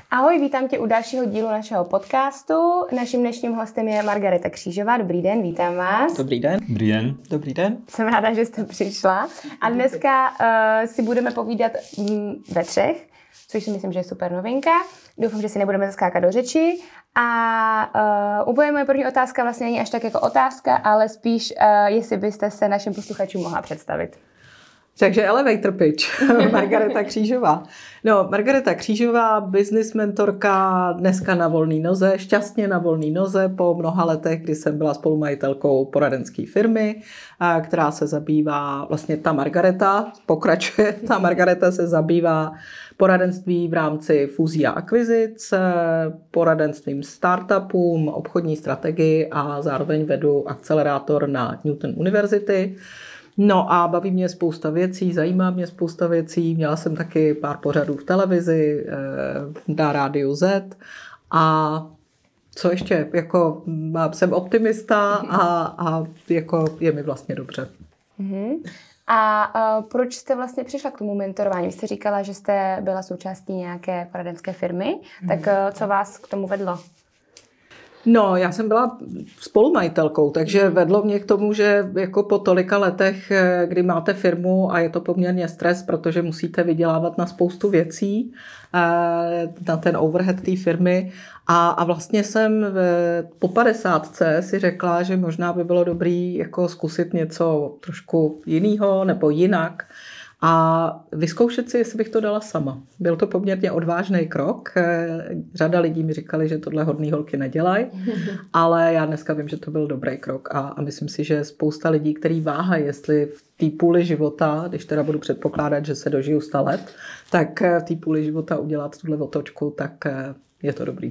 Ahoj, vítám tě u dalšího dílu našeho podcastu. Naším dnešním hostem je Margareta Křížová. Dobrý den, vítám vás. Dobrý den. Dobrý den. Dobrý den. Jsem ráda, že jste přišla. A dneska si budeme povídat ve třech, což si myslím, že je super novinka. Doufám, že si nebudeme zaskákat do řeči. A úplně moje první otázka vlastně není až tak jako otázka, ale spíš, jestli byste se našim posluchačům mohla představit. Takže elevator pitch. Margareta Křížová. No, Margareta Křížová, business mentorka, dneska na volné noze, šťastně na volné noze po mnoha letech, kdy jsem byla spolumajitelkou poradenské firmy, která se zabývá, vlastně ta Margareta se zabývá poradenství v rámci fúzí a akvizic, poradenstvím startupům, obchodní strategii a zároveň vedu akcelerátor na Newton University. No a baví mě spousta věcí, zajímá mě spousta věcí. Měla jsem taky pár pořadů v televizi, na Rádiu Z. A co ještě? Jako, jsem optimista a jako je mi vlastně dobře. A proč jste vlastně přišla k tomu mentorování? Vy jste říkala, že jste byla součástí nějaké poradenské firmy. Tak co vás k tomu vedlo? No, já jsem byla spolumajitelkou, takže vedlo mě k tomu, že jako po tolika letech, kdy máte firmu a je to poměrně stres, protože musíte vydělávat na spoustu věcí, na ten overhead té firmy a vlastně jsem po 50 si řekla, že možná by bylo dobrý jako zkusit něco trošku jiného nebo jinak a vyzkoušet si, jestli bych to dala sama. Byl to poměrně odvážný krok. Řada lidí mi říkali, že tohle hodný holky nedělají, ale já dneska vím, že to byl dobrý krok a myslím si, že spousta lidí, který váhají, jestli v té půli života, když teda budu předpokládat, že se dožiju 100 let, tak v té půli života udělat tuhle otočku, tak je to dobrý.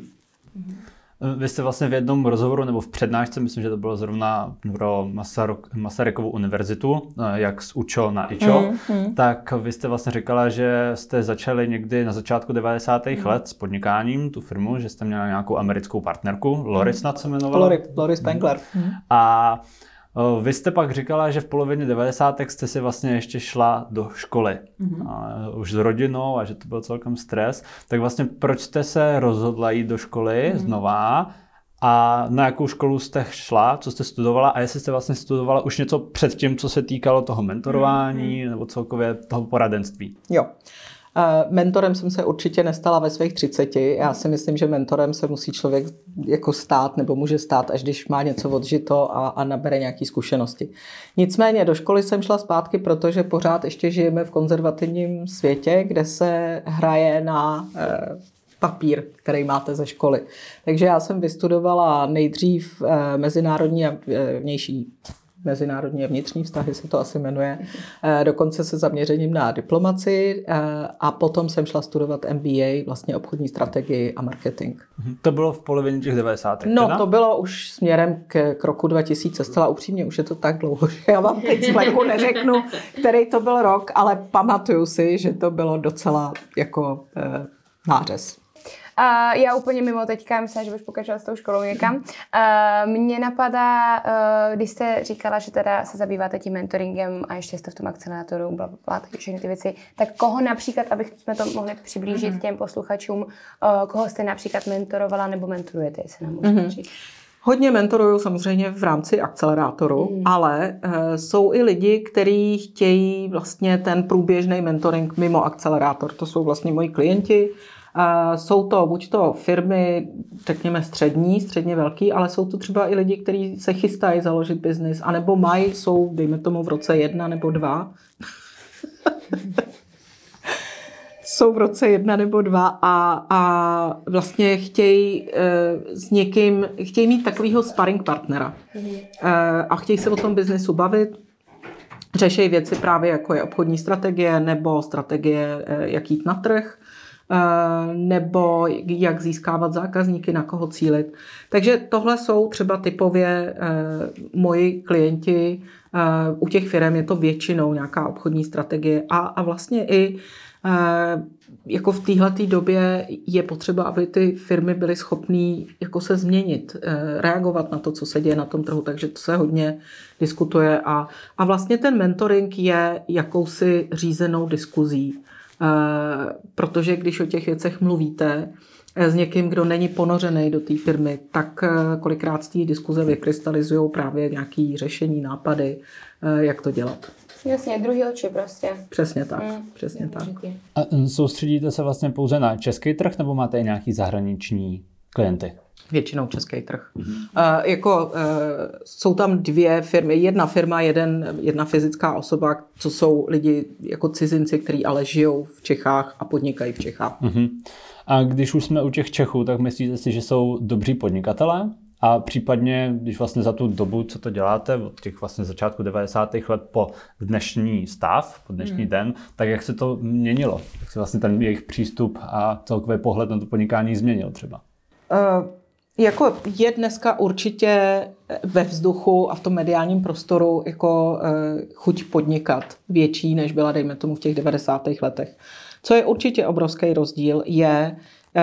Vy jste vlastně v jednom rozhovoru nebo v přednášce, myslím, že to bylo zrovna pro Masarykovu univerzitu, jak z UČO na IČO, tak vy jste vlastně říkala, že jste začali někdy na začátku 90. let s podnikáním, tu firmu, že jste měla nějakou americkou partnerku, Lori snad se jmenovala. Lori Spengler. A vy jste pak říkala, že v polovině 90. jste si vlastně ještě šla do školy. Už s rodinou a že to byl celkem stres. Tak vlastně proč jste se rozhodla jít do školy znova a na jakou školu jste šla, co jste studovala a jestli jste vlastně studovala už něco před tím, co se týkalo toho mentorování nebo celkově toho poradenství? Jo. Mentorem jsem se určitě nestala ve svých 30. Já si myslím, že mentorem se musí člověk jako stát nebo může stát, až když má něco odžito a nabere nějaké zkušenosti. Nicméně do školy jsem šla zpátky, protože pořád ještě žijeme v konzervativním světě, kde se hraje na papír, který máte ze školy. Takže já jsem vystudovala nejdřív mezinárodní a vnitřní vztahy se to asi jmenuje, dokonce se zaměřením na diplomaci a potom jsem šla studovat MBA, vlastně obchodní strategii a marketing. To bylo v polovině těch 90. No, to bylo už směrem k roku 2000, zcela upřímně, už je to tak dlouho, že já vám teď z fleku neřeknu, který to byl rok, ale pamatuju si, že to bylo docela jako nářez. Já úplně mimo teďka, myslím, že budeš pokračovat s tou školou někam. Mně napadá, když jste říkala, že teda se zabýváte tím mentoringem a ještě jste v tom akcelerátoru, všechny ty věci, tak koho například, abychom to mohli přiblížit těm posluchačům, koho jste například mentorovala nebo mentorujete, jestli nám můžete říct? Hodně mentoruju samozřejmě v rámci akcelerátoru, ale jsou i lidi, kteří chtějí vlastně ten průběžný mentoring mimo akcelerátor. To jsou vlastně moji klienti. Jsou to buď to firmy, řekněme středně velký, ale jsou to třeba i lidi, kteří se chystají založit biznis, anebo jsou, dejme tomu, v roce 1 nebo 2. Jsou v roce 1 nebo 2 a vlastně chtějí s někým, chtějí mít takovýho sparring partnera a chtějí se o tom biznesu bavit. Řeší věci právě jako je obchodní strategie nebo strategie, jak jít na trh, nebo jak získávat zákazníky, na koho cílit. Takže tohle jsou třeba typově moji klienti. U těch firm je to většinou nějaká obchodní strategie a vlastně i jako v téhleté době je potřeba, aby ty firmy byly schopné jako se změnit, reagovat na to, co se děje na tom trhu, takže to se hodně diskutuje a vlastně ten mentoring je jakousi řízenou diskuzí. Protože když o těch věcech mluvíte s někým, kdo není ponořený do té firmy, tak kolikrát z té diskuze vykrystalizují právě nějaké řešení, nápady, jak to dělat. Jasně, druhý oči prostě. Přesně tak, přesně tak. A soustředíte se vlastně pouze na český trh, nebo máte i nějaký zahraniční klienty? Většinou český trh. Jsou tam dvě firmy. Jedna firma, jedna fyzická osoba, co jsou lidi jako cizinci, kteří ale žijou v Čechách a podnikají v Čechách. A když už jsme u těch Čechů, tak myslíte si, že jsou dobří podnikatelé? A případně, když vlastně za tu dobu, co to děláte, od těch vlastně začátku 90. let po dnešní stav, po dnešní den, tak jak se to měnilo? Jak se vlastně ten jejich přístup a celkový pohled na to podnikání změnil třeba? Jako je dneska určitě ve vzduchu a v tom mediálním prostoru jako chuť podnikat větší, než byla, dejme tomu, v těch 90. letech. Co je určitě obrovský rozdíl, je,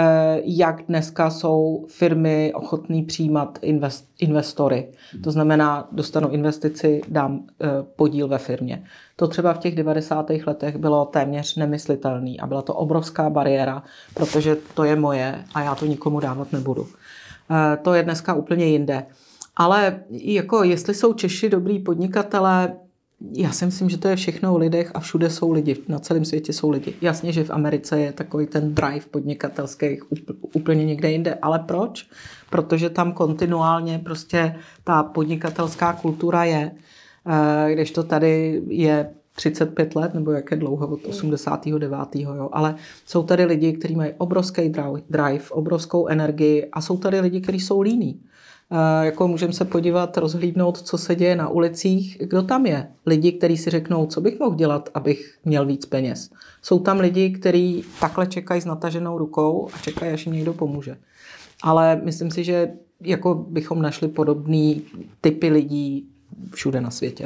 jak dneska jsou firmy ochotné přijímat investory. To znamená, dostanu investici, dám podíl ve firmě. To třeba v těch 90. letech bylo téměř nemyslitelné a byla to obrovská bariéra, protože to je moje a já to nikomu dávat nebudu. To je dneska úplně jinde. Ale jako jestli jsou Češi dobrý podnikatelé, já si myslím, že to je všechno o lidech a všude jsou lidi. Na celém světě jsou lidi. Jasně, že v Americe je takový ten drive podnikatelský úplně někde jinde. Ale proč? Protože tam kontinuálně prostě ta podnikatelská kultura je, kdežto tady je 35 let, nebo jak je dlouho, od 89. Jo. Ale jsou tady lidi, kteří mají obrovský drive, obrovskou energii a jsou tady lidi, kteří jsou líní. Jako můžeme se podívat, rozhlídnout, co se děje na ulicích, kdo tam je. Lidi, kteří si řeknou, co bych mohl dělat, abych měl víc peněz. Jsou tam lidi, kteří takhle čekají s nataženou rukou a čekají, až jim někdo pomůže. Ale myslím si, že jako bychom našli podobný typy lidí všude na světě.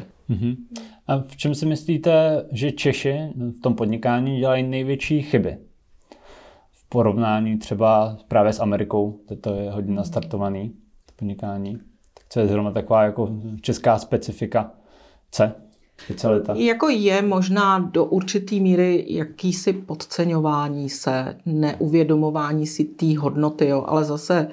A v čem si myslíte, že Češi v tom podnikání dělají největší chyby? V porovnání třeba právě s Amerikou, to je hodně nastartovaný podnikání. Co je zrovna taková jako česká specifikace? Specialita? Jako je možná do určitý míry jakýsi podceňování se, neuvědomování si té hodnoty, jo, ale zase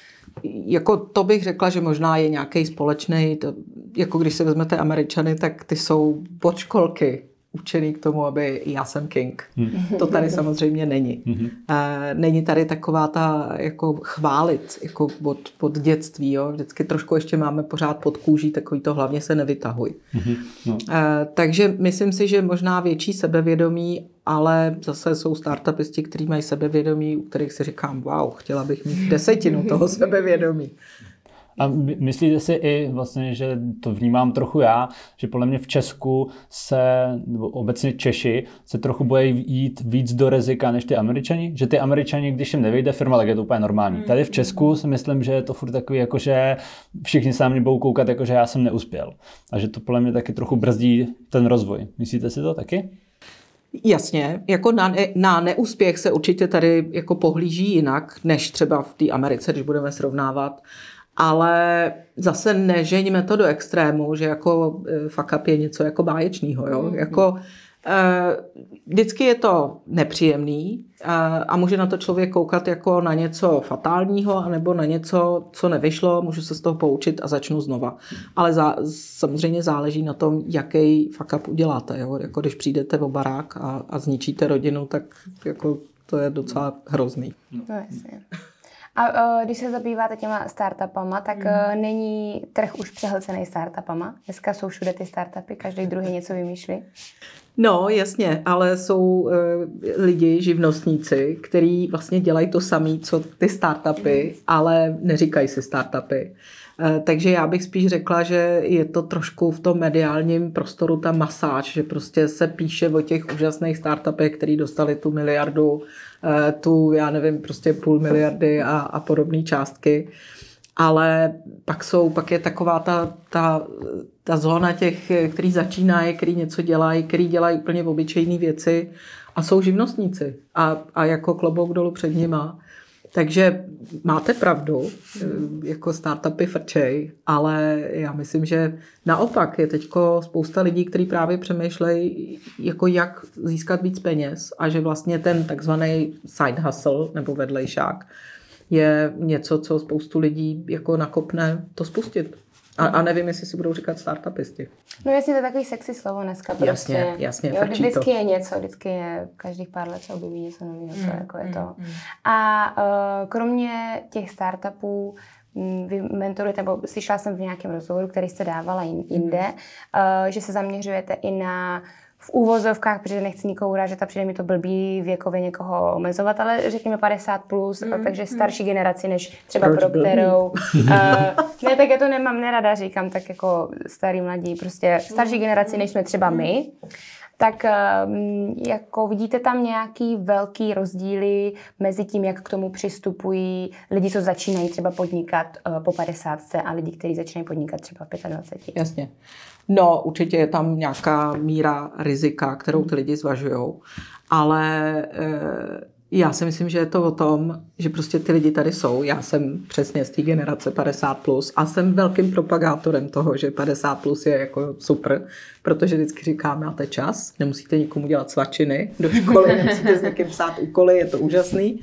jako to bych řekla, že možná je nějaký společný, jako když se vezmete Američany, tak ty jsou od školky učený k tomu, aby já jsem king. To tady samozřejmě není. Není tady taková ta jako chválit jako od dětství. Jo? Vždycky trošku ještě máme pořád pod kůží takový to hlavně se nevytahuj. Takže myslím si, že možná větší sebevědomí, ale zase jsou startupisti, kteří mají sebevědomí, u kterých si říkám, wow, chtěla bych mít 10% toho sebevědomí. A myslíte si i vlastně, že to vnímám trochu já, že podle mě v Česku nebo obecně Češi se trochu bojí jít víc do rizika než ty Američani? Že ty Američani, když jim nevyjde firma, tak je to úplně normální. Tady v Česku si myslím, že je to furt takový, jako že všichni se na mě budou koukat, jako že já jsem neuspěl. A že to podle mě taky trochu brzdí ten rozvoj. Myslíte si to taky? Jasně, jako na neúspěch se určitě tady jako pohlíží jinak, než třeba v té Americe, když budeme srovnávat. Ale zase nežeňme to do extrému, že jako fuck up je něco jako báječného. Jo? Jako, vždycky je to nepříjemný a může na to člověk koukat jako na něco fatálního anebo na něco, co nevyšlo, můžu se z toho poučit a začnu znova. Ale samozřejmě záleží na tom, jaký fuck up uděláte. Jo? Jako když přijdete o barák a zničíte rodinu, tak jako to je docela hrozný. No jasně. A když se zabýváte těma startupama, tak není trh už přehlcený startupama? Dneska jsou všude ty startupy, každý druhý něco vymýšlí. No, jasně, ale jsou lidi, živnostníci, kteří vlastně dělají to samé, co ty startupy, ale neříkají si startupy. Takže já bych spíš řekla, že je to trošku v tom mediálním prostoru ta masáž, že prostě se píše o těch úžasných startupech, který dostali tu miliardu, já nevím, prostě 500 miliardy a podobné částky. Ale pak je taková ta zóna těch, kteří začínají, kteří něco dělají, kteří dělají úplně obyčejné věci a jsou živnostníci. A jako klobouk dolů před nima. Takže máte pravdu, jako startupy frčej, ale já myslím, že naopak je teďko spousta lidí, kteří právě přemýšlejí, jako jak získat víc peněz a že vlastně ten takzvaný side hustle nebo vedlejšák je něco, co spoustu lidí jako nakopne to spustit. A nevím, jestli si budou říkat startupisti. No jasně, to je takový sexy slovo dneska. Prostě. Jasně, jo, vždycky je něco, vždycky je, každých pár let se objeví něco nového, co jako je to. A kromě těch startupů vy mentorujete, nebo slyšela jsem v nějakém rozhovoru, který jste dávala jinde, že se zaměřujete i na v úvozovkách, protože nechci nikoho urážet a přijde mi to blbý věkově někoho omezovat, ale řekněme 50+, takže starší generaci než třeba pro kterou. Ne, tak já to nemám nerada, říkám tak jako starý mladí, prostě starší generaci než jsme třeba my. Tak jako vidíte tam nějaký velký rozdíly mezi tím, jak k tomu přistupují lidi, co začínají třeba podnikat po 50 a lidi, kteří začínají podnikat třeba v 25? Jasně. No, určitě je tam nějaká míra rizika, kterou ty lidi zvažujou, ale já si myslím, že je to o tom, že prostě ty lidi tady jsou. Já jsem přesně z té generace 50+ a jsem velkým propagátorem toho, že 50+ je jako super, protože vždycky říkám, máte čas, nemusíte nikomu dělat svačiny do školy, nemusíte s někým psát úkoly, je to úžasný.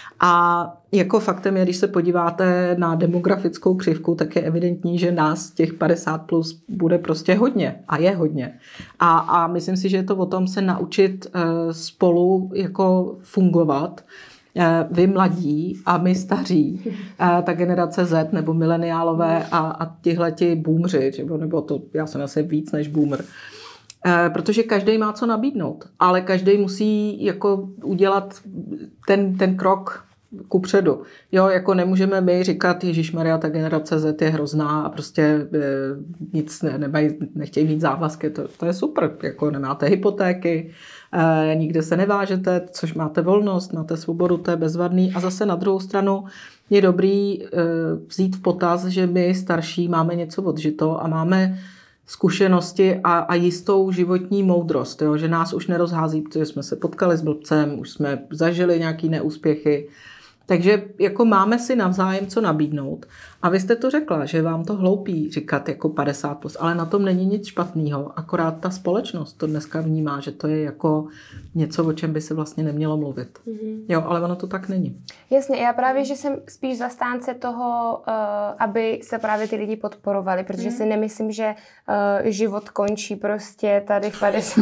A jako faktem je, když se podíváte na demografickou křivku, tak je evidentní, že nás těch 50+ bude prostě hodně a je hodně. A myslím si, že je to o tom se naučit spolu jako fungovat. Vy mladí a my staří, ta generace Z nebo mileniálové a tihleti boomři, nebo to, já jsem asi víc než boomer, protože každý má co nabídnout, ale každý musí jako udělat ten krok kupředu. Jo, jako nemůžeme my říkat, ježišmarja, ta generace Z je hrozná a prostě nic nechtějí mít závazky, to je super, jako nemáte hypotéky, nikde se nevážete, což máte volnost, máte svobodu, to je bezvadný a zase na druhou stranu je dobrý vzít v potaz, že my starší máme něco odžito a máme zkušenosti a jistou životní moudrost, jo? Že nás už nerozhází, protože jsme se potkali s blbcem, už jsme zažili nějaký neúspěchy. Takže jako máme si navzájem co nabídnout. A vy jste to řekla, že vám to hloupí říkat jako 50+, ale na tom není nic špatného. Akorát ta společnost to dneska vnímá, že to je jako něco, o čem by se vlastně nemělo mluvit. Jo, ale ono to tak není. Jasně, já právě, že jsem spíš zastánce toho, aby se právě ty lidi podporovali, protože si nemyslím, že život končí prostě tady v 50.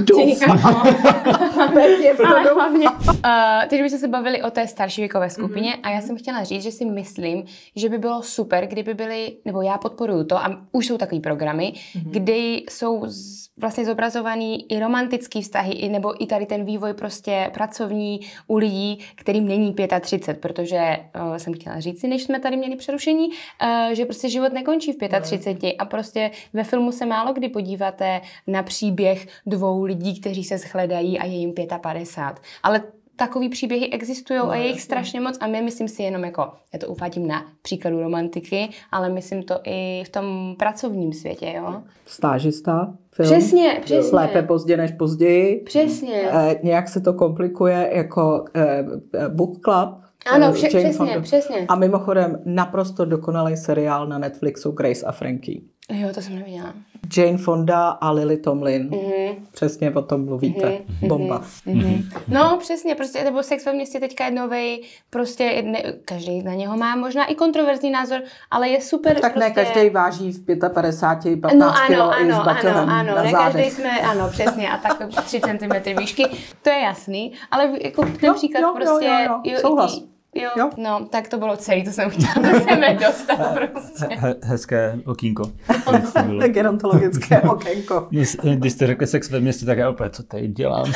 Ale hlavně. Teď bychom se bavili o té starší věkové skupině a já jsem chtěla říct, že si myslím, že by bylo super, kdyby byly, nebo já podporuju to, a už jsou takový programy, kdy jsou vlastně zobrazovaný i romantický vztahy, nebo i tady ten vývoj prostě pracovní u lidí, kterým není 35, protože jsem chtěla říct si, než jsme tady měli přerušení, že prostě život nekončí v 35 a prostě ve filmu se málo kdy podíváte na příběh dvou lidí, kteří se shledají a je jim 55. Ale takový příběhy existují a je jich strašně moc a my myslím si jenom jako, já to uvádím na příkladu romantiky, ale myslím to i v tom pracovním světě, jo. Stážista, film. Přesně. Lépe pozdě než později. Přesně. Nějak se to komplikuje jako Book Club. Ano, přesně. A mimochodem naprosto dokonalý seriál na Netflixu Grace a Frankie. Jo, to jsem neviděla. Jane Fonda a Lily Tomlin. Přesně o tom mluvíte. Bomba. No, přesně, prostě, nebo Sex ve městě teďka je novej, prostě každý na něho má možná i kontroverzní názor, ale je super. Tak prostě... ne každý váží v 55, 15 kilo i s baťohem na ne zádech. každý jsme, ano, přesně, a tak 3 cm výšky, to je jasný, ale jako ten příklad prostě... Jo, souhlas. Jo, no, tak to bylo celé, to jsem chtěla do sebe dostat prostě. Hezké okýnko. Gerontologické okénko. Když jste řekli Sex ve městě, tak já opět, co tady dělám?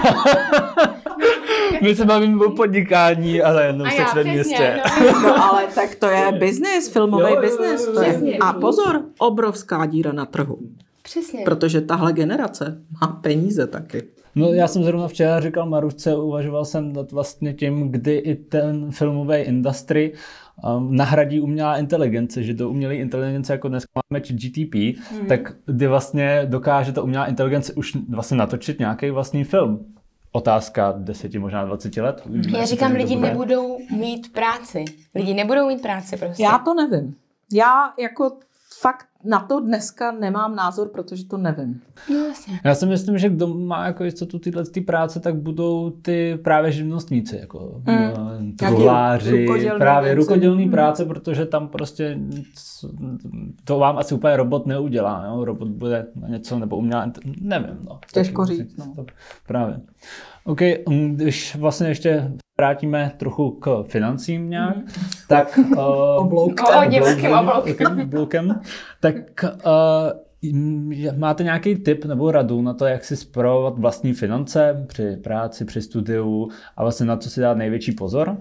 My se bavíme o podnikání, ale jenom Sex ve městě. No ale tak to je business, filmový business. A pozor, obrovská díra na trhu. Přesně. Protože tahle generace má peníze taky. No já jsem zrovna včera říkal Marušce, uvažoval jsem nad vlastně tím, kdy i ten filmový industry nahradí umělá inteligence, že do umělé inteligence, jako dneska máme GTP, tak kdy vlastně dokáže ta umělá inteligence už vlastně natočit nějaký vlastní film otázka 10, možná 20 let. Já říkám, lidi nebudou mít práci. Lidi nebudou mít práci prostě. Já to nevím. Já jako fakt na to dneska nemám názor, protože to nevím. No jasně. Já si myslím, že kdo má jako jistotu ty práce, tak budou ty právě živnostníci, jako truhláři, právě rukodělní práce, protože tam prostě to vám asi úplně robot neudělá, jo? Robot bude něco nebo umělá, nevím. No. Těžko říct. No. Právě. OK, když vlastně ještě vrátíme trochu k financím nějak, tak obloukem, tak máte nějaký tip nebo radu na to, jak si spravovat vlastní finance při práci, při studiu a vlastně na co si dát největší pozor?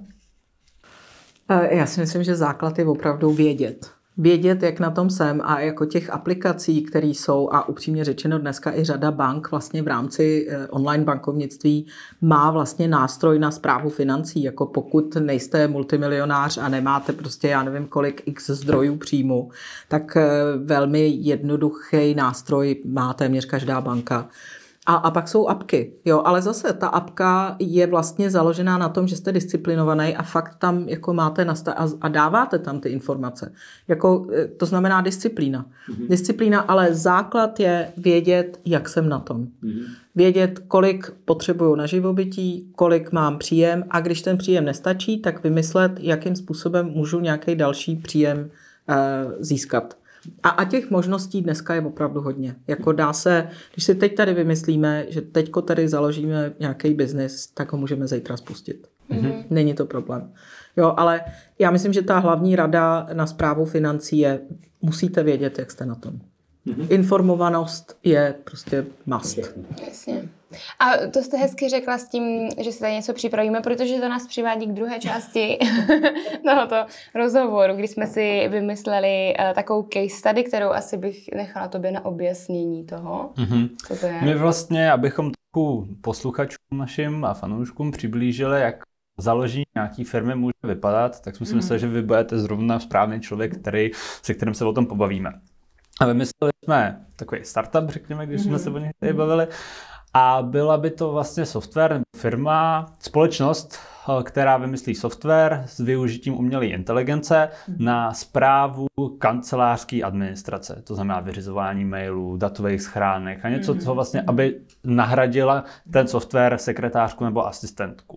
Já si myslím, že základ je opravdu vědět. Vědět, jak na tom jsem a jako těch aplikací, které jsou a upřímně řečeno dneska i řada bank vlastně v rámci online bankovnictví má vlastně nástroj na správu financí, jako pokud nejste multimilionář a nemáte prostě já nevím kolik x zdrojů příjmu, tak velmi jednoduchý nástroj má téměř každá banka. A pak jsou apky, jo, ale zase ta apka je vlastně založená na tom, že jste disciplinovaný a fakt tam jako máte a dáváte tam ty informace. Jako, to znamená disciplína. Disciplína, ale základ je vědět, jak jsem na tom. Vědět, kolik potřebuju na živobytí, kolik mám příjem a když ten příjem nestačí, tak vymyslet, jakým způsobem můžu nějaký další příjem získat. A těch možností dneska je opravdu hodně. Jako dá se, když si teď tady vymyslíme, že teďko tady založíme nějaký biznis, tak ho můžeme zítra spustit. Není to problém. Jo, ale já myslím, že ta hlavní rada na správu financí je, musíte vědět, jak jste na tom. Informovanost je prostě must. Jasně. A to jste hezky řekla s tím, že si tady něco připravíme, protože to nás přivádí k druhé části tohoto rozhovoru, kdy jsme si vymysleli takovou case study, kterou asi bych nechala tobě na objasnění toho, co to je. My vlastně, abychom trochu posluchačům našim a fanouškům přiblížili, jak založení nějaký firmy může vypadat, tak jsme si mysleli, že vy budete zrovna správný člověk, se kterým se o tom pobavíme. A vymysleli jsme takový startup, řekněme, když jsme se o něj tady bavili. A byla by to vlastně software, firma, společnost, která vymyslí software s využitím umělé inteligence na správu kancelářské administrace. To znamená vyřizování mailů, datových schránek a něco, co vlastně, aby nahradila ten software sekretářku nebo asistentku.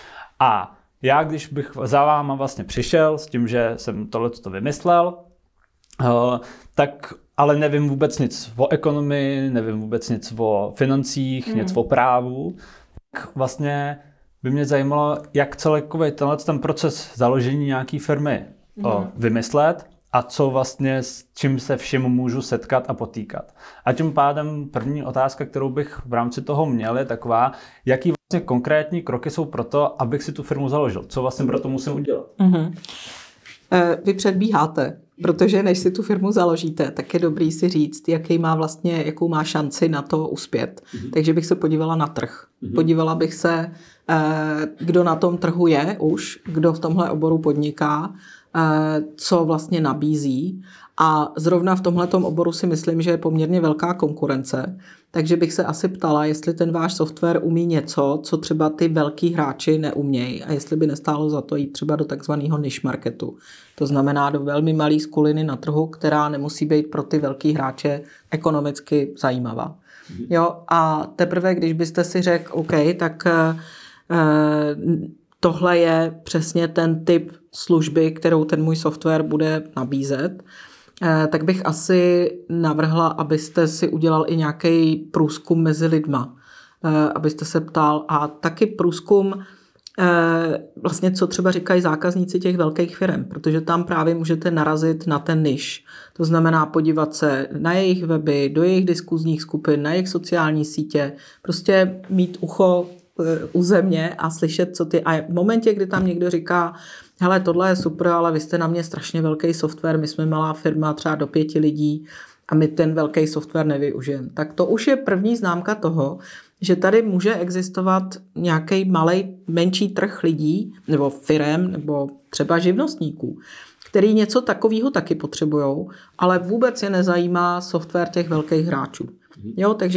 A já, když bych za váma vlastně přišel s tím, že jsem tohleto vymyslel, tak ale nevím vůbec nic o ekonomii, nevím vůbec nic o financích, nic o právu, tak vlastně by mě zajímalo, jak celkový ten proces založení nějaké firmy vymyslet a co vlastně s čím se vším můžu setkat a potýkat. A tím pádem první otázka, kterou bych v rámci toho měl, je taková, jaký vlastně konkrétní kroky jsou pro to, abych si tu firmu založil. Co vlastně pro to musím udělat? Vy předbíháte, protože než si tu firmu založíte, tak je dobrý si říct, jakou má šanci na to uspět. Takže bych se podívala na trh. Podívala bych se, kdo na tom trhu je už, kdo v tomhle oboru podniká, co vlastně nabízí. A zrovna v tomhletom oboru si myslím, že je poměrně velká konkurence. Takže bych se asi ptala, jestli ten váš software umí něco, co třeba ty velký hráči neumějí a jestli by nestálo za to jít třeba do takzvaného niche marketu. To znamená do velmi malé skuliny na trhu, která nemusí být pro ty velký hráče ekonomicky zajímavá. Jo, a teprve, když byste si řekl, OK, tak tohle je přesně ten typ služby, kterou ten můj software bude nabízet, tak bych asi navrhla, abyste si udělal i nějaký průzkum mezi lidma. Abyste se ptal a taky průzkum vlastně, co třeba říkají zákazníci těch velkých firm, protože tam právě můžete narazit na ten niž. To znamená podívat se na jejich weby, do jejich diskuzních skupin, na jejich sociální sítě, prostě mít ucho u země a slyšet, co ty... A v momentě, kdy tam někdo říká, hele, tohle je super, ale vy jste na mě strašně velký software, my jsme malá firma, třeba do 5 lidí a my ten velký software nevyužijeme. Tak to už je první známka toho, že tady může existovat nějaký malej, menší trh lidí, nebo firem, nebo třeba živnostníků, který něco takového taky potřebujou, ale vůbec je nezajímá software těch velkých hráčů. Jo, takže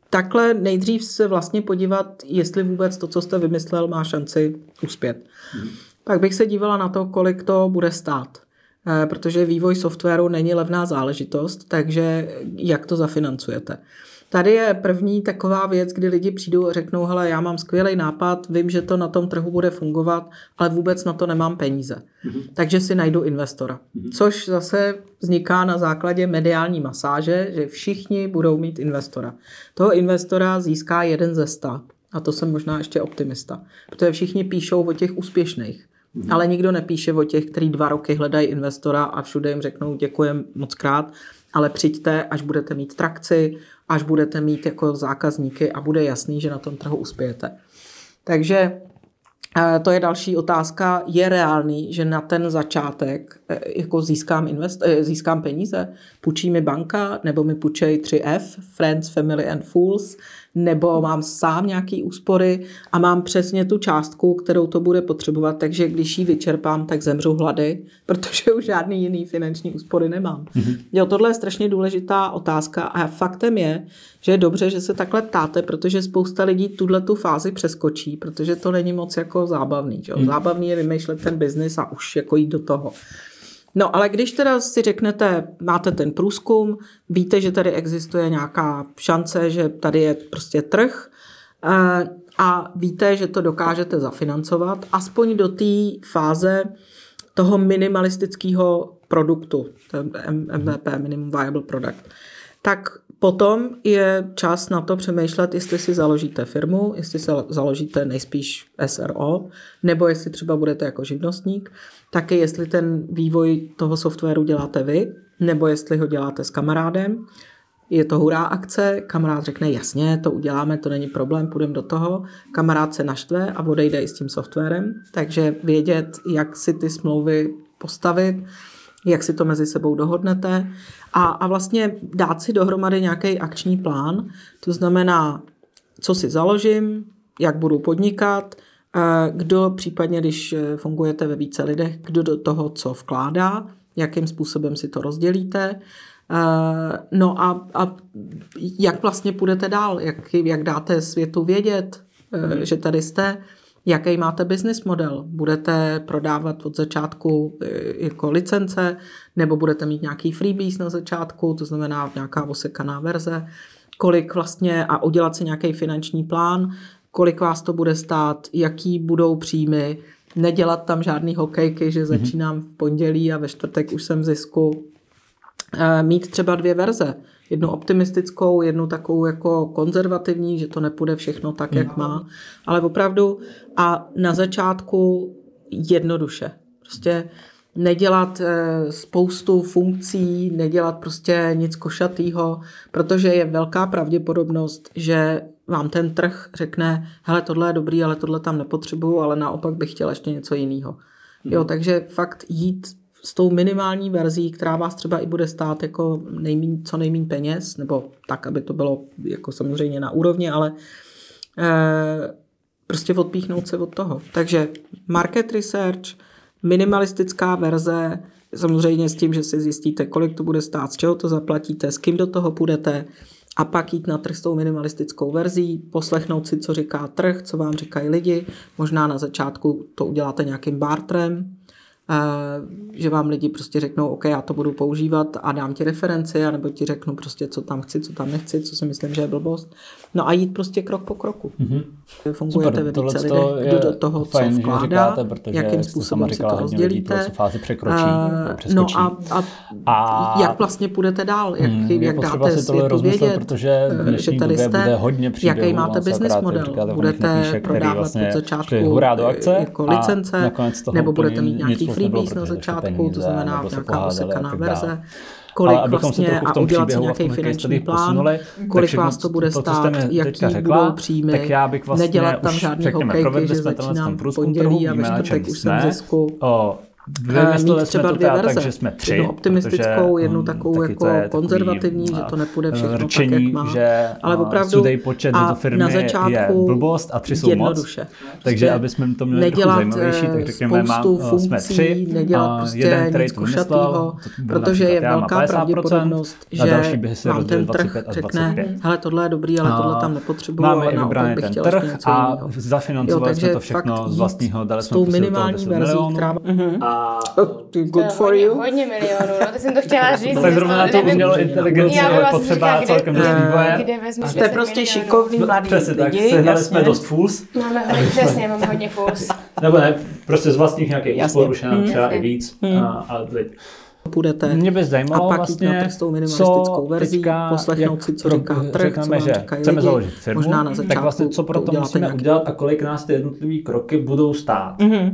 takhle nejdřív se vlastně podívat, jestli vůbec to, co jste vymyslel, má šanci uspět. Pak bych se dívala na to, kolik to bude stát. Protože vývoj softwaru není levná záležitost, takže jak to zafinancujete. Tady je první taková věc, kdy lidi přijdou a řeknou, hele, já mám skvělý nápad, vím, že to na tom trhu bude fungovat, ale vůbec na to nemám peníze. Takže si najdu investora. Což zase vzniká na základě mediální masáže, že všichni budou mít investora. Toho investora získá 1 ze 100. A to jsem možná ještě optimista. Protože všichni píšou o těch úspěšných. Ale nikdo nepíše o těch, kteří 2 roky hledají investora a všude jim řeknou děkujem moc krát, ale přijďte, až budete mít trakci, až budete mít jako zákazníky a bude jasný, že na tom trhu uspějete. Takže to je další otázka. Je reálný, že na ten začátek jako získám peníze? Půjčí mi banka, nebo mi půjčej 3F, Friends, Family and Fools, nebo mám sám nějaký úspory a mám přesně tu částku, kterou to bude potřebovat, takže když ji vyčerpám, tak zemřu hlady, protože už žádný jiný finanční úspory nemám. Jo, tohle je strašně důležitá otázka a faktem je, že je dobře, že se takhle ptáte, protože spousta lidí tu fázi přeskočí, protože to není moc jako zábavný. Že? Zábavný je vymýšlet ten biznis a už jako jít do toho. No, ale když teda si řeknete, máte ten průzkum, víte, že tady existuje nějaká šance, že tady je prostě trh a víte, že to dokážete zafinancovat, aspoň do té fáze toho minimalistického produktu, MVP, Minimum Viable Product, tak potom je čas na to přemýšlet, jestli si založíte firmu, jestli se založíte nejspíš SRO, nebo jestli třeba budete jako živnostník, taky jestli ten vývoj toho softwaru děláte vy, nebo jestli ho děláte s kamarádem. Je to hurá akce, kamarád řekne jasně, to uděláme, to není problém, půjdeme do toho. Kamarád se naštve a odejde i s tím softwarem, takže vědět, jak si ty smlouvy postavit, jak si to mezi sebou dohodnete a vlastně dát si dohromady nějaký akční plán, to znamená, co si založím, jak budu podnikat, kdo případně, když fungujete ve více lidech, kdo do toho co vkládá, jakým způsobem si to rozdělíte, no a jak vlastně půjdete dál, jak dáte světu vědět, že tady jste, jaký máte business model. Budete prodávat od začátku jako licence, nebo budete mít nějaký freebies na začátku, to znamená nějaká osekaná verze, kolik vlastně a udělat si nějaký finanční plán, kolik vás to bude stát, jaký budou příjmy, nedělat tam žádný hokejky, že začínám v pondělí a ve čtvrtek už jsem v zisku. Mít třeba 2 verze. Jednu optimistickou, jednu takovou jako konzervativní, že to nepůjde všechno tak, jak má. Ale opravdu a na začátku jednoduše. Prostě nedělat spoustu funkcí, nedělat prostě nic košatýho, protože je velká pravděpodobnost, že vám ten trh řekne, hele, tohle je dobrý, ale tohle tam nepotřebuju, ale naopak bych chtěl ještě něco jiného. Jo, takže fakt jít s tou minimální verzí, která vás třeba i bude stát jako co nejméně peněz, nebo tak, aby to bylo jako samozřejmě na úrovni, ale prostě odpíchnout se od toho. Takže market research, minimalistická verze, samozřejmě s tím, že si zjistíte, kolik to bude stát, z čeho to zaplatíte, s kým do toho půjdete a pak jít na trh s tou minimalistickou verzí, poslechnout si, co říká trh, co vám říkají lidi, možná na začátku to uděláte nějakým bartrem, že vám lidi prostě řeknou, OK, já to budu používat a dám ti referenci, nebo ti řeknu prostě, co tam chci, co tam nechci, co si myslím, že je blbost. No a jít prostě krok po kroku. Fungujete ve více lidech, kdo do toho fajn, co vkládá, říkáte, jakým způsobem si to rozdělíte. Fázi překročí, no a jak vlastně půjdete dál, jak dáte světu vědět, protože že tady jste, jaký máte business model. Budete prodávat od začátku jako licence, nebo budete mít nějaký freebies na začátku, to znamená nějaká osekaná verze, kolik vlastně a udělat si nějaký finanční plán, kolik vás to bude stát, jaký budou příjmy, nedělat tam žádný hokejky, že začínám v pondělí a ve čtvrtek už jsem v zisku. Vymysleli jsme to dvě verze. tak, že jsme 3. Jednu optimistickou, jednu takovou jako konzervativní, že to nepůjde všechno rčení, tak, jak má. že ale opravdu sudej počet do firmy na začátku je blbost a 3 jsou moc. Takže aby jsme to měli trochu zajímavější, tak řekněme, jsme 3. Nedělat prostě nic košatýho, protože je velká pravděpodobnost, že vám ten trh řekne, hele, tohle je dobrý, ale tohle tam nepotřebuji. Máme i vybraný ten trh a zafinancovali jsme to všechno z vlastního, dali jsme prostě do toho 10 milionů. Good for you. Hodně milionů, no, teď jsem to chtěla říct. Tak zrovna na to umělou inteligenci je potřeba celkem dost vývoje. Jste prostě šikovný mladý lidi. Sehnali jsme dost fools. Máme hodně fools. Nebo ne, prostě z vlastních nějakých úspor už nám třeba i víc. Půjdete mě by zajímalo a pak vlastně, jít na tou minimalistickou verzí, poslechnout si, co říká trh, co vám říkají chceme lidi, založit firmu, možná na začátku tak vlastně co pro to musíme udělat a kolik nás ty jednotlivý kroky budou stát.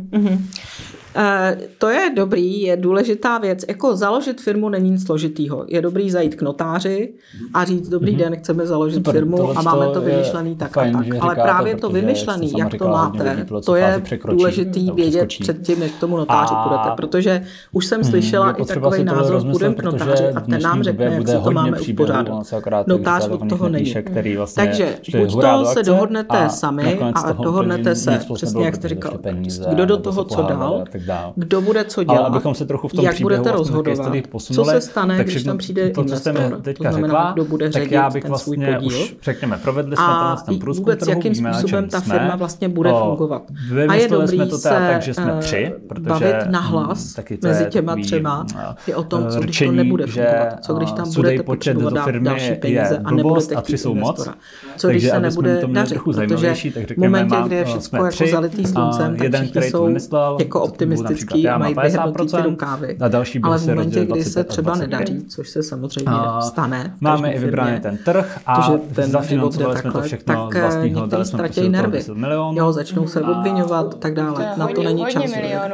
To je dobrý, je důležitá věc. Jako založit firmu není nic složitýho. Je dobrý zajít k notáři a říct, dobrý den, chceme založit firmu a máme to vymyšlený tak fajn, a tak. Ale právě to vymyšlený, jak to máte, to je důležitý vědět předtím, než k tomu notáři půjdete. Protože už jsem slyšela i takový názor, půjdeme k notáři a ten nám řekne, jak si to máme uspořádat. Notář od toho není. Takže buď to se dohodnete sami a dohodnete se, přesně jak jste říkal, kdo do toho co dal, kdo bude co dělat, ale abychom se trochu v tom jak budete rozhodovat, co se stane, když tam přijde investor, to znamená, kdo bude řídit ten svůj podíl provedli jsme ten průzkum vůbec trhu, jakým způsobem ta firma vlastně bude fungovat. A je dobrý se bavit nahlas mezi těma třema i o tom, co když to nebude fungovat, co když tam budete potřebovat dát další peníze a nebudete chtít investora. Co když se nebude dařit, protože v momentě, kdy je všechno jako zalitý sluncem, tak všichni jsou jako optimistický a mají vyhrnutý ty rukávy. Ale v momentě, kdy se třeba nedaří, což se samozřejmě stane. Máme i vybraný ten trh a zafinancovali jsme to všechno z vlastního, dali jsme prostě do toho 10 milionů. Jo, začnou se obviňovat, tak dále. Na to není čas.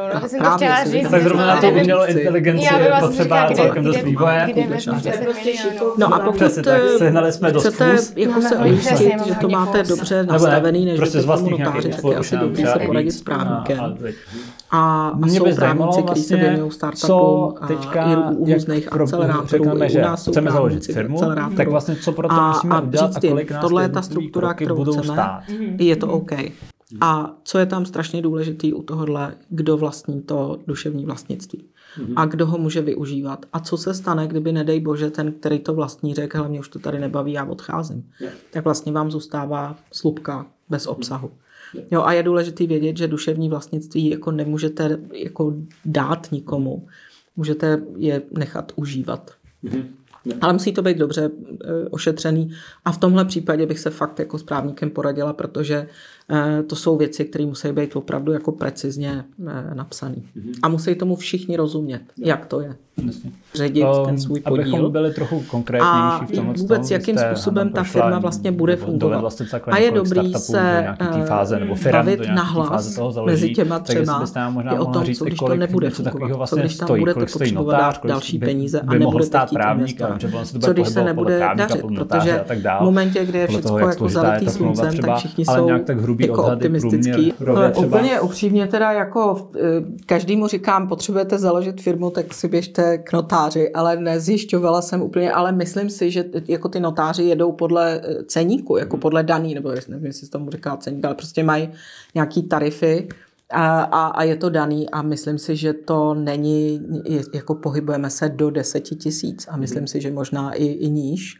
Tak zrovna na to umělou inteligenci je potřeba celkem dost vývoje. No a pokud chcete jako se ujistit, že to máte dobře nastavený, než jdete k tomu notáři, tak je asi dobrý se poradit s právníkem. A jsou právníci, kteří se věnují startupům i u různých akcelerátorů. I u nás jsou právníci akcelerátorů. Tak vlastně co pro to musíme udělat a kolik nás tohle je ta struktura, kterou chceme, je to OK. A co je tam strašně důležitý u tohohle, kdo vlastní to duševní vlastnictví a kdo ho může využívat. A co se stane, kdyby, nedej bože, ten, který to vlastní, řekl, hele, mě už to tady nebaví, já odcházím. Tak vlastně vám zůstává slupka bez obsahu. Jo, a je důležitý vědět, že duševní vlastnictví jako nemůžete jako dát nikomu. Můžete je nechat užívat. Ale musí to být dobře ošetřený. A v tomhle případě bych se fakt jako s právníkem poradila, protože to jsou věci, které musí být opravdu jako precizně napsané. A musí tomu všichni rozumět, jak to je. Ředit ten svůj podíl. Abychom byli trochu konkrétnější v tomhle. A vůbec jakým způsobem ta firma vlastně bude fungovat. A je dobrý se bavit nahlas mezi těma třema i o tom, co když to nebude fungovat. Co když tam budete potřebovat dát další peníze a nebudete chtít investora. Co když se nebude dařit, protože v momentě, kdy je všechno jako zalitý sluncem, tak všichni jsou jako optimistický. Úplně upřímně teda jako každému říkám, potřebujete založit firmu, tak si běžte k notáři, ale nezjišťovala jsem úplně, ale myslím si, že jako ty notáři jedou podle ceníku, jako podle daný, nebo nevím, jestli se tomu říká ceník, ale prostě mají nějaký tarify a je to daný a myslím si, že to není, jako pohybujeme se do 10 000 a myslím si, že možná i níž.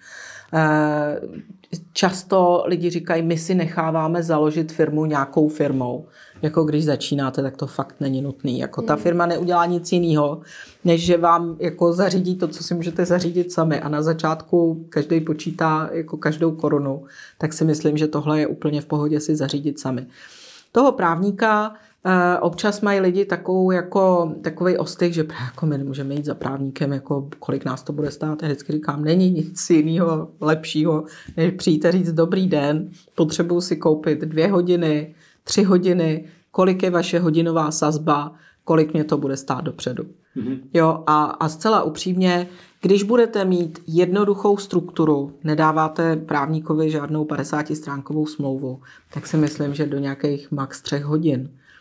Často lidi říkají, my si necháváme založit firmu nějakou firmou. Jako když začínáte, tak to fakt není nutný. Jako ta firma neudělá nic jiného, než že vám jako zařídí to, co si můžete zařídit sami. A na začátku každý počítá jako každou korunu. Tak si myslím, že tohle je úplně v pohodě si zařídit sami. Toho právníka občas mají lidi takový ostych, že jako my nemůžeme jít za právníkem, jako kolik nás to bude stát. Já vždycky říkám, není nic jiného lepšího, než přijít a říct dobrý den, potřebuji si koupit 2 hodiny, 3 hodiny, kolik je vaše hodinová sazba, kolik mě to bude stát dopředu. Jo, a zcela upřímně, když budete mít jednoduchou strukturu, nedáváte právníkovi žádnou 50stránkovou smlouvu, tak si myslím, že do nějakých max 3 hodin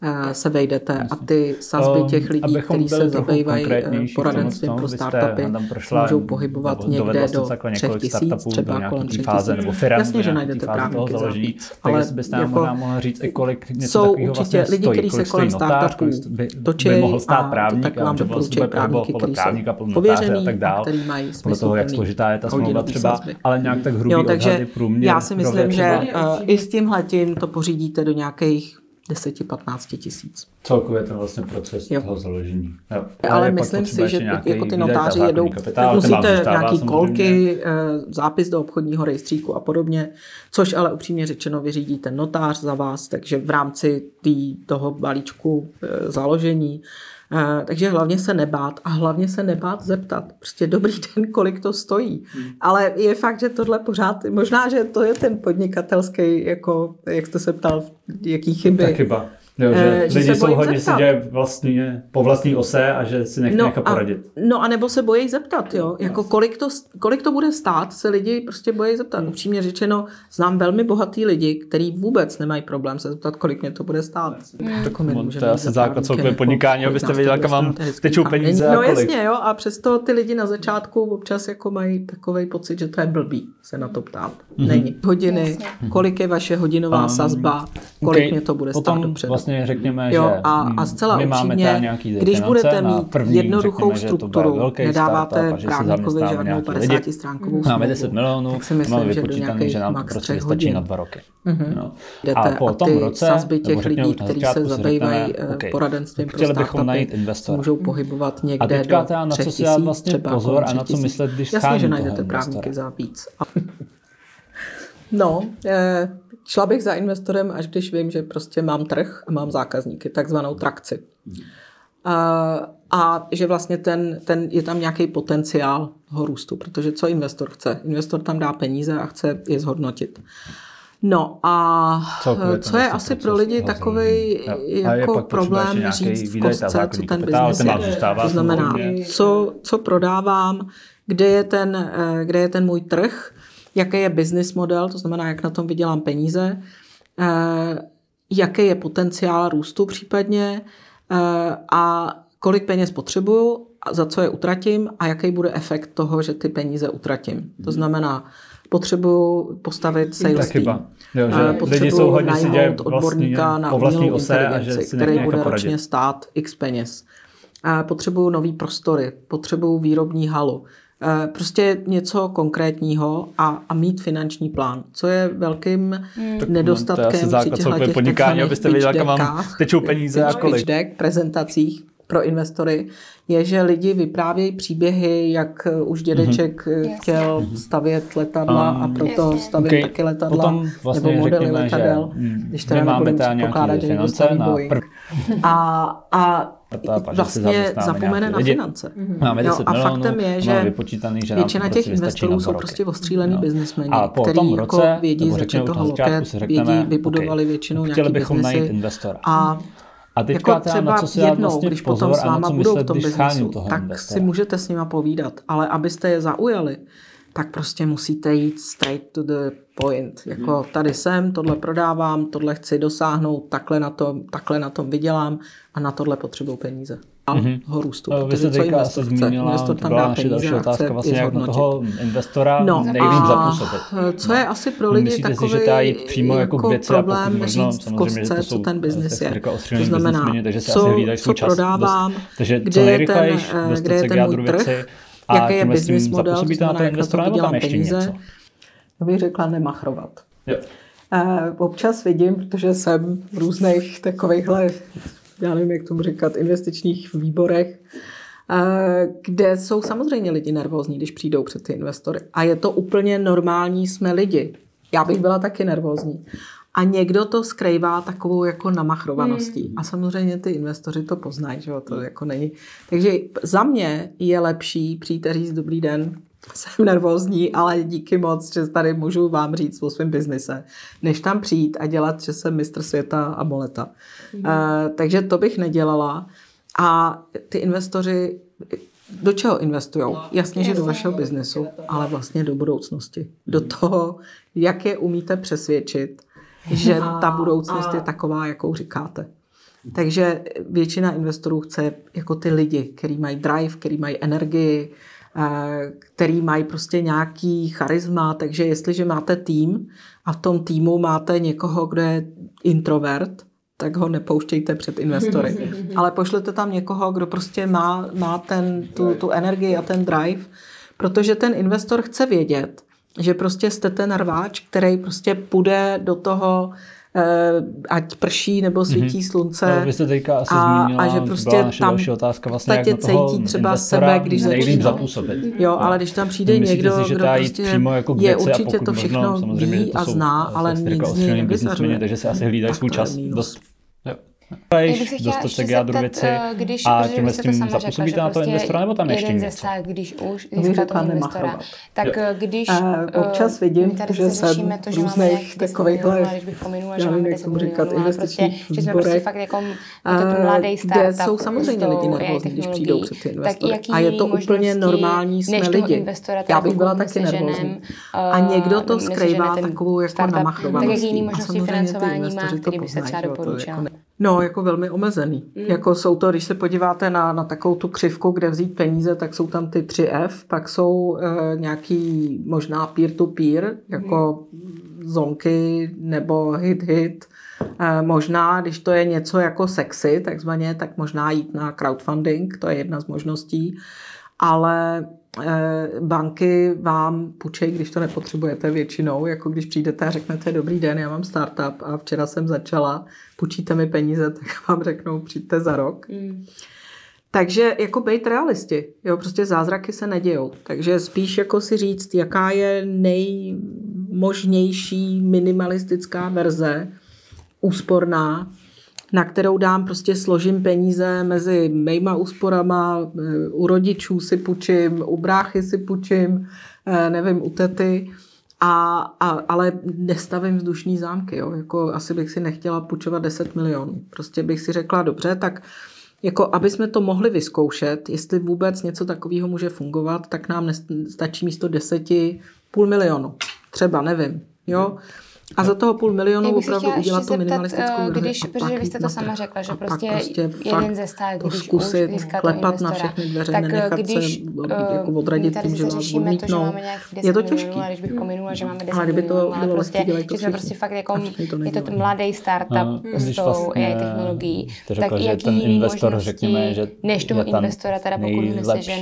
se vejdete a ty sazby těch lidí, kteří se zabývají poradenstvím pro startupy, můžou pohybovat někde do 3 000, třeba kolem 3 000. Jasně, že najdete právníky za víc, ale jako jsou určitě lidi, kteří se kolem startupů točí a tak vám doporučují právníky, kteří jsou pověřený a který mají smysluplný hodinový sazby. Ale nějak tak hrubý odhady průměr. Já si myslím, že i s tímhletím to pořídíte do nějakých 10-15 tisíc. Celkově ten vlastně proces toho založení. Jo. Ale myslím si, že jako ty notáři jedou, musíte nějaký kolky, zápis do obchodního rejstříku a podobně, což ale upřímně řečeno vyřídí ten notář za vás, takže v rámci toho balíčku založení. Takže hlavně se nebát a hlavně se nebát zeptat. Prostě dobrý den, kolik to stojí. Ale je fakt, že tohle pořád, možná, že to je ten podnikatelský, jako, jak jste se ptal, jaký chyby. Tak chyba. Jo, že lidi jsou hodně si děje vlastně po vlastní ose a že si nechá poradit. No a nebo se bojí zeptat, jo. Jako kolik to bude stát, se lidi prostě bojí zeptat. Upřímně řečeno, znám velmi bohatý lidi, kteří vůbec nemají problém se zeptat, kolik mě to bude stát. To je asi základ celkové podnikání, abyste věděli, kam vám tečou peníze a kolik. No jasně, jo, a přesto ty lidi na začátku občas jako mají takovej pocit, že to je blbý se na to ptát. Není. Hodiny, kolik je vaše hodinová sazba, kolik mě to bude stát dopředu. Vlastně řekněme, jo, že a zcela upřímně, když budete mít jednoduchou strukturu, nedáváte právníkovi žádnou 50stránkovou smlouvu, máme 10 milionů, tak si myslím, že do nějakých max 3 hodin. Na 2 roky. No. A po tom roce, sazby těch lidí, kteří se zabývají poradenstvím pro startupy, můžou pohybovat někde do 3 000, vlastně třeba pozor a na co myslet, když jasně, že najdete právníky za víc. No, šla bych za investorem, až když vím, že prostě mám trh a mám zákazníky, takzvanou trakci. A že vlastně je tam nějaký potenciál toho růstu, protože co investor chce? Investor tam dá peníze a chce je zhodnotit. No a co je asi pro lidi takovej jako problém říct v kostce, co ten biznis je. To znamená, co prodávám, kde je ten můj trh, jaký je business model, to znamená, jak na tom vydělám peníze, jaký je potenciál růstu případně a kolik peněz potřebuju, za co je utratím a jaký bude efekt toho, že ty peníze utratím. To znamená, potřebuju postavit sales team. Potřebuju najmout odborníka na umělou inteligenci, který bude ročně stát x peněz. Potřebuju nový prostory, potřebuju výrobní halu. Prostě něco konkrétního a mít finanční plán, co je velkým nedostatkem při těchto podnikání, abyste věděli, kam vám tečou peníze a kolik. Pitch deck, prezentacích pro investory, je, že lidi vyprávějí příběhy, jak už dědeček chtěl stavět letadla a proto stavím taky letadla, vlastně nebo modely letadel, když teda nebudeme předpokládat, že někdo staví Boeing. A vlastně zapomene na finance. A faktem je, že většina těch investorů jsou prostě ostřílený biznismeni, kteří jako vědí z řeči toho loket, vědí, vybudovali většinou nějaký biznesy. A teďka jako třeba jednou, vlastně když potom s váma budou v tom biznesu, tak si můžete s nima povídat, ale abyste je zaujali, tak prostě musíte jít straight to the point. Jako tady jsem, tohle prodávám, tohle chci dosáhnout, takhle na tom vydělám a na tohle potřebuji peníze. A ho růstu, protože co investor chce? Investor tam dá peníze a chce je zhodnotit. Investora nejvíc zapůsobit. Co je asi pro lidi takový jako problém říct v kostce, co ten biznis je. To znamená, co prodávám, kde je ten můj trh, jaký je business model, to znamená, jak na to vydělám peníze. Já bych řekla nemachrovat. Občas vidím, protože jsem v různých takovýchhle, já nevím, jak tomu říkat, investičních výborech, kde jsou samozřejmě lidi nervózní, když přijdou před ty investory. A je to úplně normální, jsme lidi. Já bych byla taky nervózní. A někdo to skrývá takovou jako namachrovaností. A samozřejmě ty investoři to poznají, že to jako není. Takže za mě je lepší přijít a říct dobrý den, jsem nervózní, ale díky moc, že tady můžu vám říct o svém biznise, než tam přijít a dělat, že jsem mistr světa a moleta. Takže to bych nedělala. A ty investoři do čeho investujou? Jasně, že do vašeho biznesu, ale vlastně do budoucnosti. Do toho, jak je umíte přesvědčit, že ta budoucnost je taková, jakou říkáte. Takže většina investorů chce jako ty lidi, který mají drive, který mají energii, který mají prostě nějaký charisma, takže jestliže máte tým a v tom týmu máte někoho, kdo je introvert, tak ho nepouštějte před investory. Ale pošlete tam někoho, kdo prostě má tu energii a ten drive, protože ten investor chce vědět, že prostě jste ten rváč, který prostě půjde do toho, ať prší nebo svítí slunce. Vy jste teďka asi zmínila, a že prostě tam další otázka, vlastně jak na toho cítí třeba sebe, když začíná zapůsobit. Jo, ale když tam přijde někdo, si, kdo prostě jako je určitě to všechno ví a zná, ale nic z něj nevyzařuje. Takže si asi hlídají svůj čas. Dostat se k jádru věci a tímhle s tím zapůsobíte na to investora, nebo tam ještě něco? Když už získá toho investora, tak když občas vidím, že jsem v různých takovýchhle, já nevím, jak tomu říkat, investičních sborech, kde jsou samozřejmě lidi nervózní, když přijdou před ty investory. A je to úplně normální, jsme lidi. Já bych byla taky nervózní. A někdo to skrývá takovou jako namachrovaností. Tak jaký jiný možnosti financování má, který by se třeba doporučil? No, jako velmi omezený. Jako jsou to, když se podíváte na takovou tu křivku, kde vzít peníze, tak jsou tam ty 3F, pak jsou nějaký možná peer-to-peer, jako zonky nebo hit. Možná, když to je něco jako sexy, takzvaně, tak možná jít na crowdfunding, to je jedna z možností. Ale banky vám půjčejí, když to nepotřebujete většinou, jako když přijdete a řeknete dobrý den, já mám startup a včera jsem začala, půjčíte mi peníze, tak vám řeknou přijďte za rok. Takže jako bejt realisti, jo, prostě zázraky se nedějou. Takže spíš jako si říct, jaká je nejmožnější minimalistická verze, úsporná, na kterou dám prostě složím peníze mezi mýma úsporama, u rodičů si půjčím, u bráchy si půjčím, nevím, u tety, ale nestavím vzdušní zámky. Jo? Jako asi bych si nechtěla půjčovat 10 milionů. Prostě bych si řekla, dobře, tak jako aby jsme to mohli vyzkoušet, jestli vůbec něco takového může fungovat, tak nám stačí místo 10,5 milionu. Třeba, nevím. Jo? A za toho 500 000 opravdu udělat tu minimalistickou verzi. Protože vy jste to sama řekla, že prostě jeden ze stát, když zkusit, už získá klepat na všechny dveře, nenechat se jako odradit tím, že vás odmítnou. Je to těžký. Když bych pominula, že máme 10 milionů, ale prostě, že jsme prostě fakt jako, je to mladý startup s tou AI technologií. Tak jaký jiný možnosti, než toho investora, teda pokud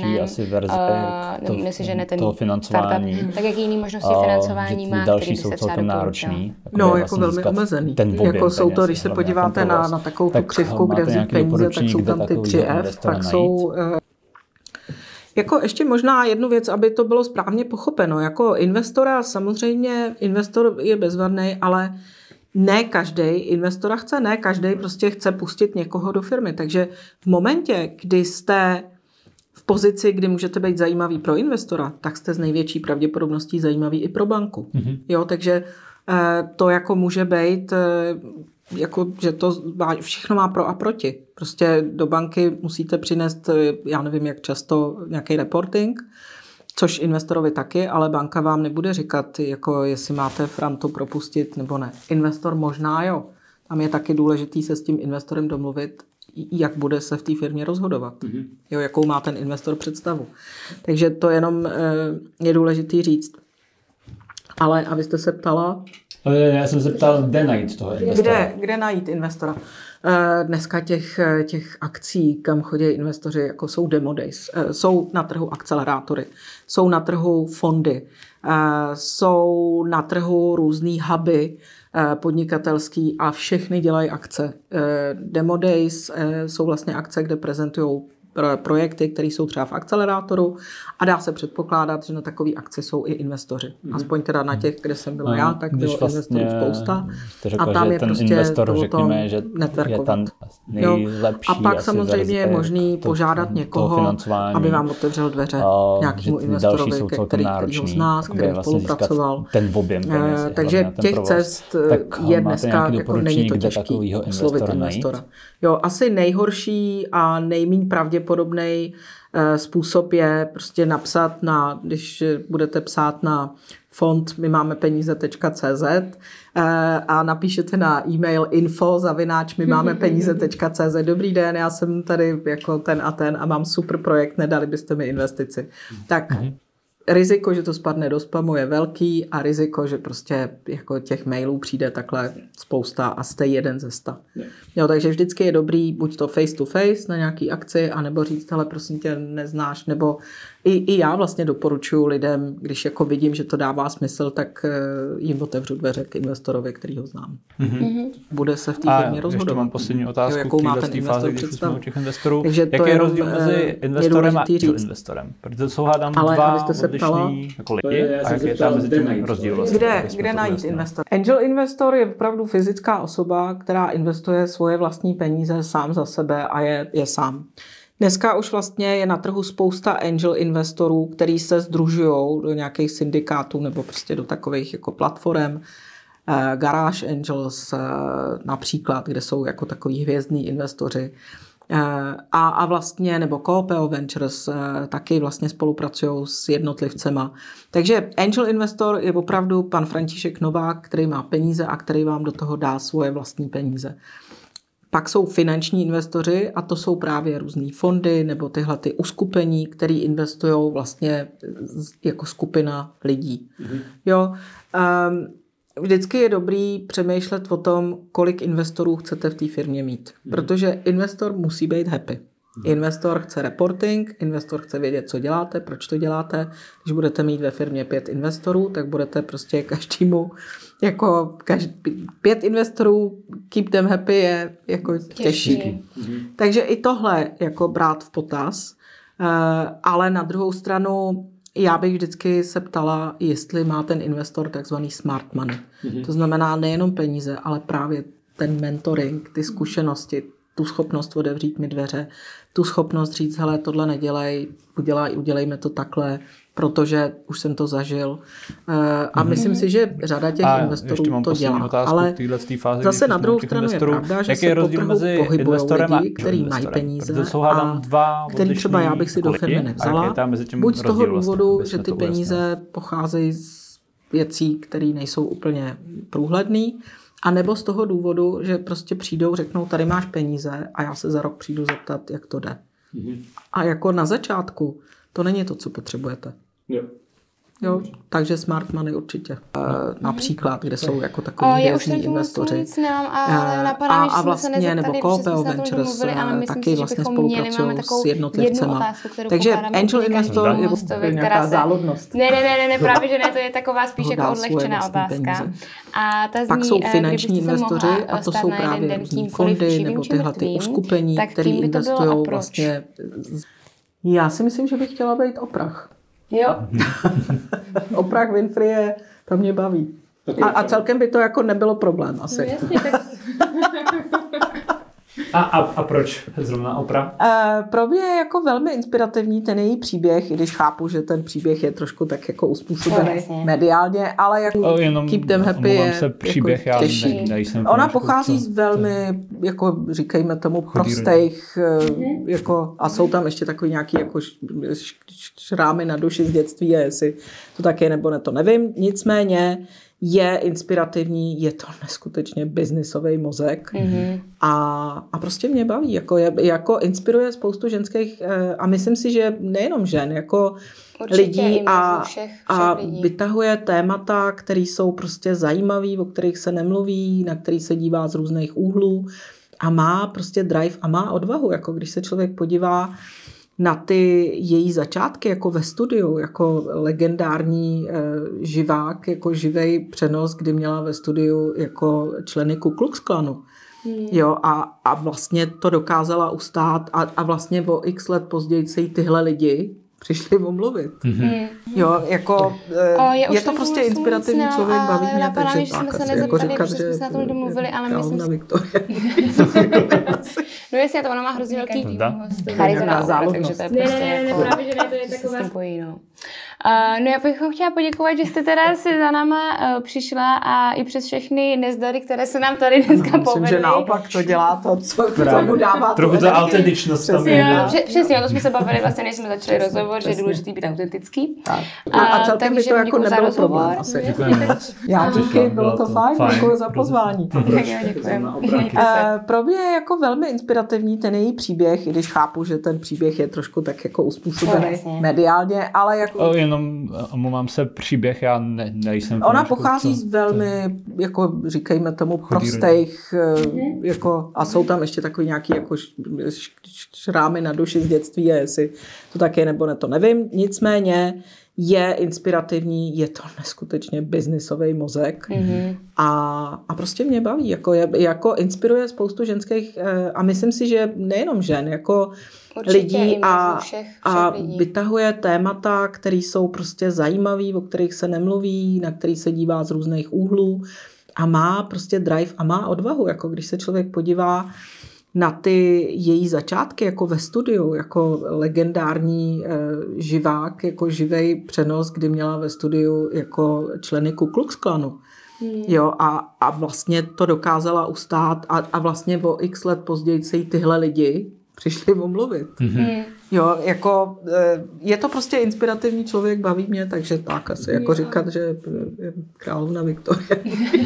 nesežene ten startup, tak jaký jiný možnosti financování má, který by se třeba doporučil? No, jako velmi omezený. Jako jsou to, když se podíváte na takovou tu křivku, kde vzít peníze, tak jsou tam ty 3F, tak jsou... Jako ještě možná jednu věc, aby to bylo správně pochopeno. Jako investora, samozřejmě investor je bezvadný, ale ne každý investora chce, ne každý prostě chce pustit někoho do firmy. Takže v momentě, kdy jste v pozici, kdy můžete být zajímavý pro investora, tak jste z největší pravděpodobností zajímavý i pro banku. Jo, takže to jako může být, jako, že to všechno má pro a proti. Prostě do banky musíte přinést, já nevím jak často, nějaký reporting, což investorovi taky, ale banka vám nebude říkat, jako jestli máte Frantu propustit nebo ne. Investor možná jo. Tam je taky důležitý se s tím investorem domluvit, jak bude se v té firmě rozhodovat. Jo, jakou má ten investor představu. Takže to jenom je důležitý říct. Ale a vy jste se ptala? Já jsem se ptal, kde najít toho investora. Kde najít investora? Dneska těch akcí, kam chodí investoři, jako jsou demo days, jsou na trhu akcelerátory, jsou na trhu fondy, jsou na trhu různý huby podnikatelský a všechny dělají akce. Demo days jsou vlastně akce, kde prezentují projekty, které jsou třeba v akcelerátoru a dá se předpokládat, že na takové akci jsou i investoři. Aspoň teda na těch, kde jsem byla já, tak bylo investorů spousta. Řekla, a tam je ten prostě investor, řekněme, že je tam nejlepší. A pak samozřejmě je možný požádat někoho, aby vám otevřel dveře nějakému investorovi, který ho zná, s kterým spolupracoval. Ten objem peněz. Takže těch cest je dneska, jako není to těžký oslovit investora. Jo, asi nejhorší a nejméně pravděpodobný podobný způsob je prostě napsat když budete psát na fond my máme peníze.cz a napíšete na e-mail info@mymamepeníze.cz. Dobrý den, já jsem tady jako ten a mám super projekt, nedali byste mi investici. Tak riziko, že to spadne do spamu, je velký a riziko, že prostě jako těch mailů přijde takhle spousta a jste jeden ze 100. Jo, takže vždycky je dobrý buď to face to face na nějaký akci, anebo říct, ale prosím tě neznáš, nebo i já vlastně doporučuji lidem, když jako vidím, že to dává smysl, tak jim otevřu dveře k investorovi, který ho znám. Bude se v té firmě rozhodovat. Ještě mám poslední otázku jakou má ten fázi, investor když představu. jsme u těch investorů. Takže jaký je rozdíl mezi investorem a angel investorem? Protože jsou hádám dva odlišný jako lidi a jaký je tam mezi tím rozdíl vlastně? Kde najít investor? Angel investor je opravdu fyzická osoba, která investuje svoje vlastní peníze sám za sebe a je sám. Dneska už vlastně je na trhu spousta angel investorů, který se sdružují do nějakých syndikátů nebo prostě do takových jako platform. Garage Angels například, kde jsou jako takový hvězdní investoři. A vlastně, nebo Coopeo Ventures taky vlastně spolupracují s jednotlivcema. Takže angel investor je opravdu pan František Novák, který má peníze a který vám do toho dá svoje vlastní peníze. Pak jsou finanční investoři a to jsou právě různý fondy nebo tyhle ty uskupení, které investují vlastně jako skupina lidí. Jo, vždycky je dobrý přemýšlet o tom, kolik investorů chcete v té firmě mít. Protože investor musí být happy. Investor chce reporting, investor chce vědět, co děláte, proč to děláte. Když budete mít ve firmě 5 investorů, tak budete prostě každému, jako 5 investorů, keep them happy je jako těžší. Takže i tohle jako brát v potaz, ale na druhou stranu já bych vždycky se ptala, jestli má ten investor takzvaný smart money. To znamená nejenom peníze, ale právě ten mentoring, ty zkušenosti, tu schopnost otevřít mi dveře, tu schopnost říct, hele, tohle nedělej, udělejme to takhle, protože už jsem to zažil. A myslím si, že řada těch investorů to dělá. Ale zase na druhou stranu je pravda, že se po trhu pohybují lidi, kteří mají peníze a který třeba já bych si do firmy nevzala. Buď z toho důvodu, že ty peníze pocházejí z věcí, které nejsou úplně průhledný, a nebo z toho důvodu, že prostě přijdou, řeknou, tady máš peníze a já se za rok přijdu zeptat, jak to jde. A jako na začátku to není to, co potřebujete. Jo, takže smart money určitě. Například, kde jsou jako takový hvězdní investoři. A vlastně, nebo Coopeo Ventures taky vlastně spolupracují s jednotlivcema. Takže angel investor je nějaká záludnost. Ne, právě, že ne, to je taková spíš jako odlehčená otázka. A ta zní, pak jsou finanční investoři a to jsou právě různý fondy nebo tyhle ty uskupení, které investují vlastně. Já si myslím, že bych chtěla být Oprah. Jo. Oprah Winfrey to mě baví. A celkem by to jako nebylo problém asi. No jasně, tak... A proč zrovna Oprah? Pro mě je jako velmi inspirativní ten její příběh, i když chápu, že ten příběh je trošku tak jako uspůsobený mediálně, ale jako keep them happy je příběh, jako těžší. Ona pochází z velmi, jako říkejme tomu, prostých, jako, a jsou tam ještě takový nějaký jako šrámy na duši z dětství, a jestli to tak je nebo ne, to nevím. Nicméně je inspirativní, je to neskutečně biznisový mozek a prostě mě baví, jako inspiruje spoustu ženských a myslím si, že nejenom žen, jako lidí a vytahuje témata, které jsou prostě zajímavý, o kterých se nemluví, na který se dívá z různých úhlů a má prostě drive a má odvahu, jako když se člověk podívá na ty její začátky jako ve studiu, jako legendární živák, jako živej přenos, kdy měla ve studiu jako členy Ku Klux Klanu. Jo, a vlastně to dokázala ustát a vlastně o x let později se jí tyhle lidi přišli omluvit. Jo, jako je to prostě inspirativní člověk, baví mě, takže tak asi jako říkat, že jsme na tom domluvili, ale myslím si... Viktorie. No jestli to ona má hrozně velký charisma, takže to je prostě jako... Ne, právě, že ne, to je taková... No já bych vám chtěla poděkovat, že jste teda si za náma přišla a i přes všechny nezdary, které se nám tady dneska povedly. Myslím, že naopak to dělá to, co tomu dává trochu ta autentičnost tam je. Přesně, o to jsme se bavili vlastně, než jsme začali rozhovor, že je důležitý být autentický. A celkem by to jako nebylo problém asi. Děkujeme moc. Já díky, bylo to fajn, děkuji za pozvání. Tak jo, děkujeme. Pro mě je jako velmi inspirativní ten její příběh, i když chápu, že ten příběh je trošku tak jako uspůsobený mediálně, ale jako... Jenom omlouvám se, příběh, já nejsem... Ona pochází z velmi, jako říkejme tomu, prostých, jako, a jsou tam ještě takový nějaký jako šrámy na duši z dětství, a jestli to tak je nebo ne, to nevím. Nicméně je inspirativní, je to neskutečně biznisový mozek a prostě mě baví, jako inspiruje spoustu ženských a myslím si, že nejenom žen, jako určitě lidí všech lidí. Vytahuje témata, které jsou prostě zajímavý, o kterých se nemluví, na který se dívá z různých úhlů a má prostě drive a má odvahu, jako když se člověk podívá na ty její začátky jako ve studiu, jako legendární živák, jako živej přenos, kdy měla ve studiu jako členy Ku Klux Klanu. Jo, a vlastně to dokázala ustát a vlastně o x let později se jí tyhle lidi přišli omluvit. Jo, jako je to prostě inspirativní člověk, baví mě, takže tak asi jako říkat, že je královna Viktorie.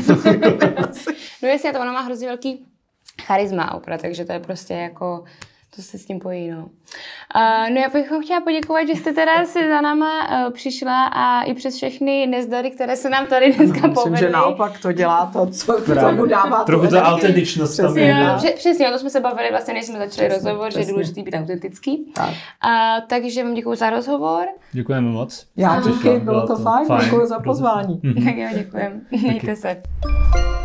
No jasně, to ona má hrozně velký charisma Oprah, takže to je prostě jako, to se s tím pojí, no. No já bych vám chtěla poděkovat, že jste teda si za náma přišla a i přes všechny nezdary, které se nám tady dneska povedly. Myslím, že naopak to dělá to, co tomu dává trochu ta autentičnost tam je. Přesně, o to jsme se bavili vlastně, než jsme začali rozhovor, že je důležitý být autentický. Takže vám děkuji za rozhovor. Děkujeme moc. Já díky, bylo to fajn, děkuji za pozvání. Tak jo, děkujeme. Mějte se.